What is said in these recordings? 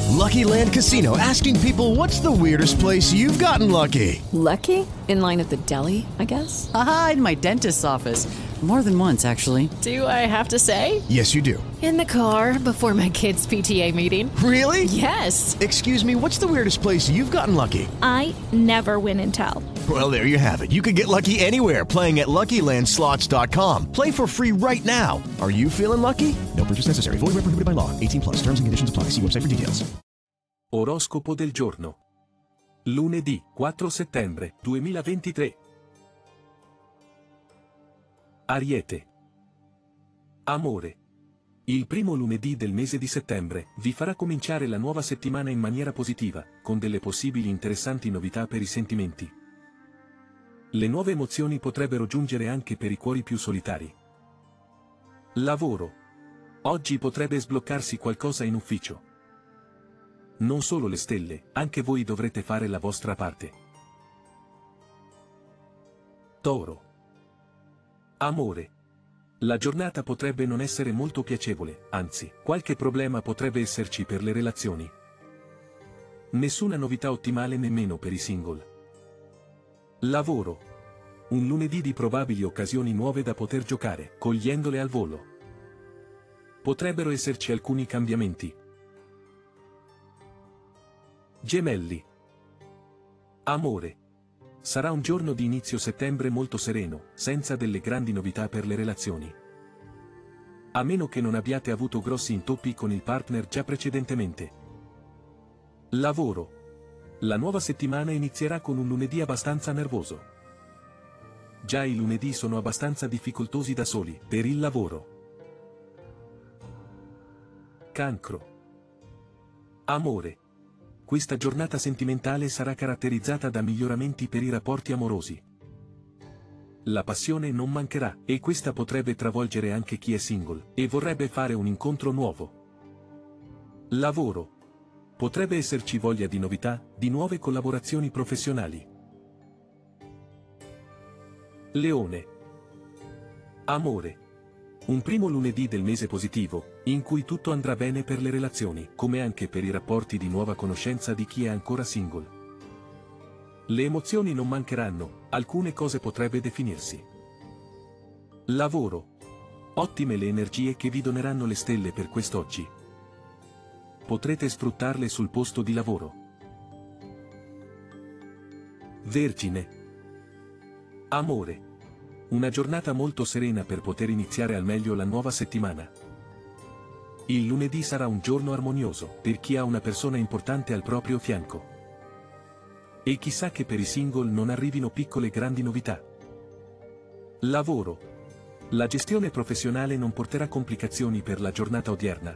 Lucky Land Casino, asking people, what's the weirdest place you've gotten lucky? Lucky? In line at the deli, I guess? Aha, in my dentist's office. More than once, actually. Do I have to say? Yes, you do. In the car before my kids' PTA meeting. Really? Yes. Excuse me, what's the weirdest place you've gotten lucky? I never win and tell. Well, there you have it. You can get lucky anywhere, playing at LuckyLandSlots.com. Play for free right now. Are you feeling lucky? No purchase necessary. Void where prohibited by law. 18 plus. Terms and conditions apply. See website for details. Oroscopo del giorno. Lunedì, 4 settembre 2023. Ariete. Amore. Il primo lunedì del mese di settembre vi farà cominciare la nuova settimana in maniera positiva, con delle possibili interessanti novità per i sentimenti. Le nuove emozioni potrebbero giungere anche per i cuori più solitari. Lavoro. Oggi potrebbe sbloccarsi qualcosa in ufficio. Non solo le stelle, anche voi dovrete fare la vostra parte. Toro. Amore. La giornata potrebbe non essere molto piacevole, anzi, qualche problema potrebbe esserci per le relazioni. Nessuna novità ottimale nemmeno per i single. Lavoro. Un lunedì di probabili occasioni nuove da poter giocare, cogliendole al volo. Potrebbero esserci alcuni cambiamenti. Gemelli. Amore. Sarà un giorno di inizio settembre molto sereno, senza delle grandi novità per le relazioni. A meno che non abbiate avuto grossi intoppi con il partner già precedentemente. Lavoro. La nuova settimana inizierà con un lunedì abbastanza nervoso. Già i lunedì sono abbastanza difficoltosi da soli, per il lavoro. Cancro. Amore. Questa giornata sentimentale sarà caratterizzata da miglioramenti per i rapporti amorosi. La passione non mancherà, e questa potrebbe travolgere anche chi è single, e vorrebbe fare un incontro nuovo. Lavoro. Potrebbe esserci voglia di novità, di nuove collaborazioni professionali. Leone. Amore. Un primo lunedì del mese positivo, in cui tutto andrà bene per le relazioni, come anche per i rapporti di nuova conoscenza di chi è ancora single. Le emozioni non mancheranno, alcune cose potrebbe definirsi. Lavoro. Ottime le energie che vi doneranno le stelle per quest'oggi. Potrete sfruttarle sul posto di lavoro. Vergine. Amore. Una giornata molto serena per poter iniziare al meglio la nuova settimana. Il lunedì sarà un giorno armonioso per chi ha una persona importante al proprio fianco. E chissà che per i single non arrivino piccole grandi novità. Lavoro. La gestione professionale non porterà complicazioni per la giornata odierna.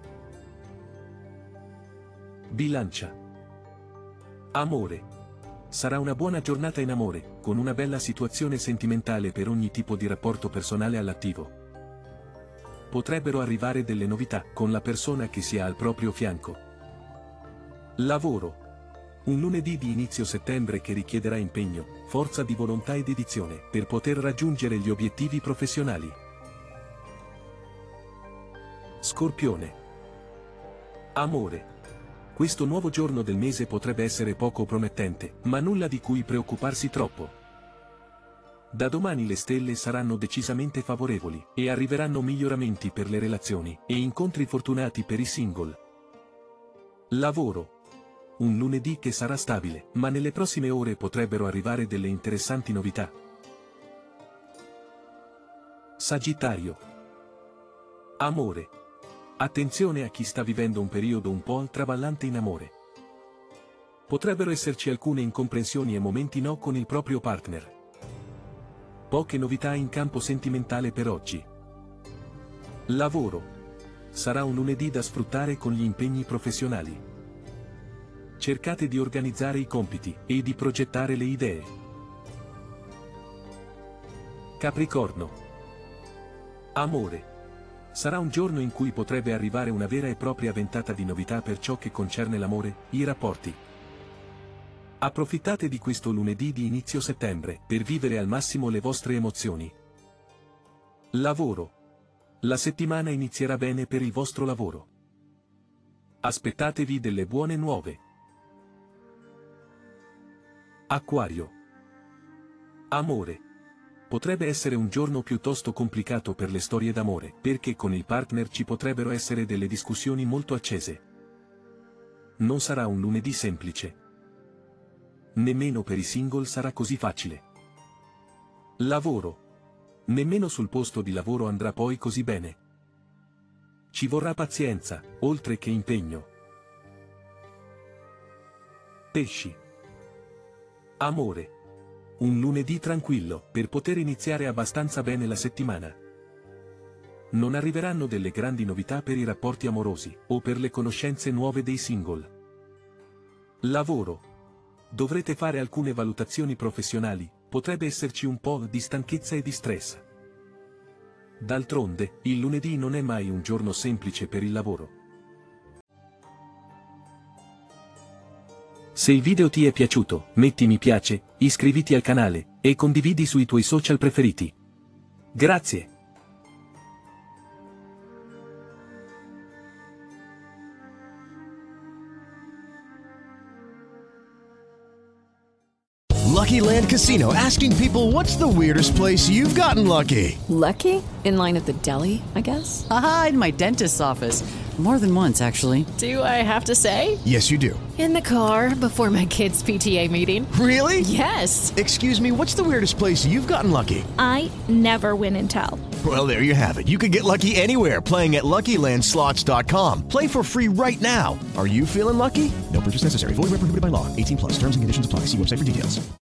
Bilancia. Amore. Sarà una buona giornata in amore, con una bella situazione sentimentale per ogni tipo di rapporto personale all'attivo. Potrebbero arrivare delle novità con la persona che si ha al proprio fianco. Lavoro. Un lunedì di inizio settembre che richiederà impegno, forza di volontà e dedizione per poter raggiungere gli obiettivi professionali. Scorpione. Amore. Questo nuovo giorno del mese potrebbe essere poco promettente, ma nulla di cui preoccuparsi troppo. Da domani le stelle saranno decisamente favorevoli, e arriveranno miglioramenti per le relazioni, e incontri fortunati per i single. Lavoro. Un lunedì che sarà stabile, ma nelle prossime ore potrebbero arrivare delle interessanti novità. Sagittario. Amore. Attenzione a chi sta vivendo un periodo un po' traballante in amore. Potrebbero esserci alcune incomprensioni e momenti no con il proprio partner. Poche novità in campo sentimentale per oggi. Lavoro. Sarà un lunedì da sfruttare con gli impegni professionali. Cercate di organizzare i compiti e di progettare le idee. Capricorno. Amore. Sarà un giorno in cui potrebbe arrivare una vera e propria ventata di novità per ciò che concerne l'amore, i rapporti. Approfittate di questo lunedì di inizio settembre per vivere al massimo le vostre emozioni. Lavoro. La settimana inizierà bene per il vostro lavoro. Aspettatevi delle buone nuove. Acquario. Amore. Potrebbe essere un giorno piuttosto complicato per le storie d'amore, perché con il partner ci potrebbero essere delle discussioni molto accese. Non sarà un lunedì semplice. Nemmeno per i single sarà così facile. Lavoro. Nemmeno sul posto di lavoro andrà poi così bene. Ci vorrà pazienza, oltre che impegno. Pesci. Amore. Un lunedì tranquillo, per poter iniziare abbastanza bene la settimana. Non arriveranno delle grandi novità per i rapporti amorosi, o per le conoscenze nuove dei single. Lavoro. Dovrete fare alcune valutazioni professionali, potrebbe esserci un po' di stanchezza e di stress. D'altronde, il lunedì non è mai un giorno semplice per il lavoro. Se il video ti è piaciuto, metti mi piace, iscriviti al canale, e condividi sui tuoi social preferiti. Grazie! Lucky Land Casino, asking people, what's the weirdest place you've gotten lucky? Lucky? In line at the deli, I guess? Aha, in my dentist's office. More than once, actually. Do I have to say? Yes, you do. In the car before my kids' PTA meeting. Really? Yes. Excuse me, what's the weirdest place you've gotten lucky? I never win and tell. Well, there you have it. You can get lucky anywhere, playing at LuckyLandSlots.com. Play for free right now. Are you feeling lucky? No purchase necessary. Void where prohibited by law. 18+. Terms and conditions apply. See website for details.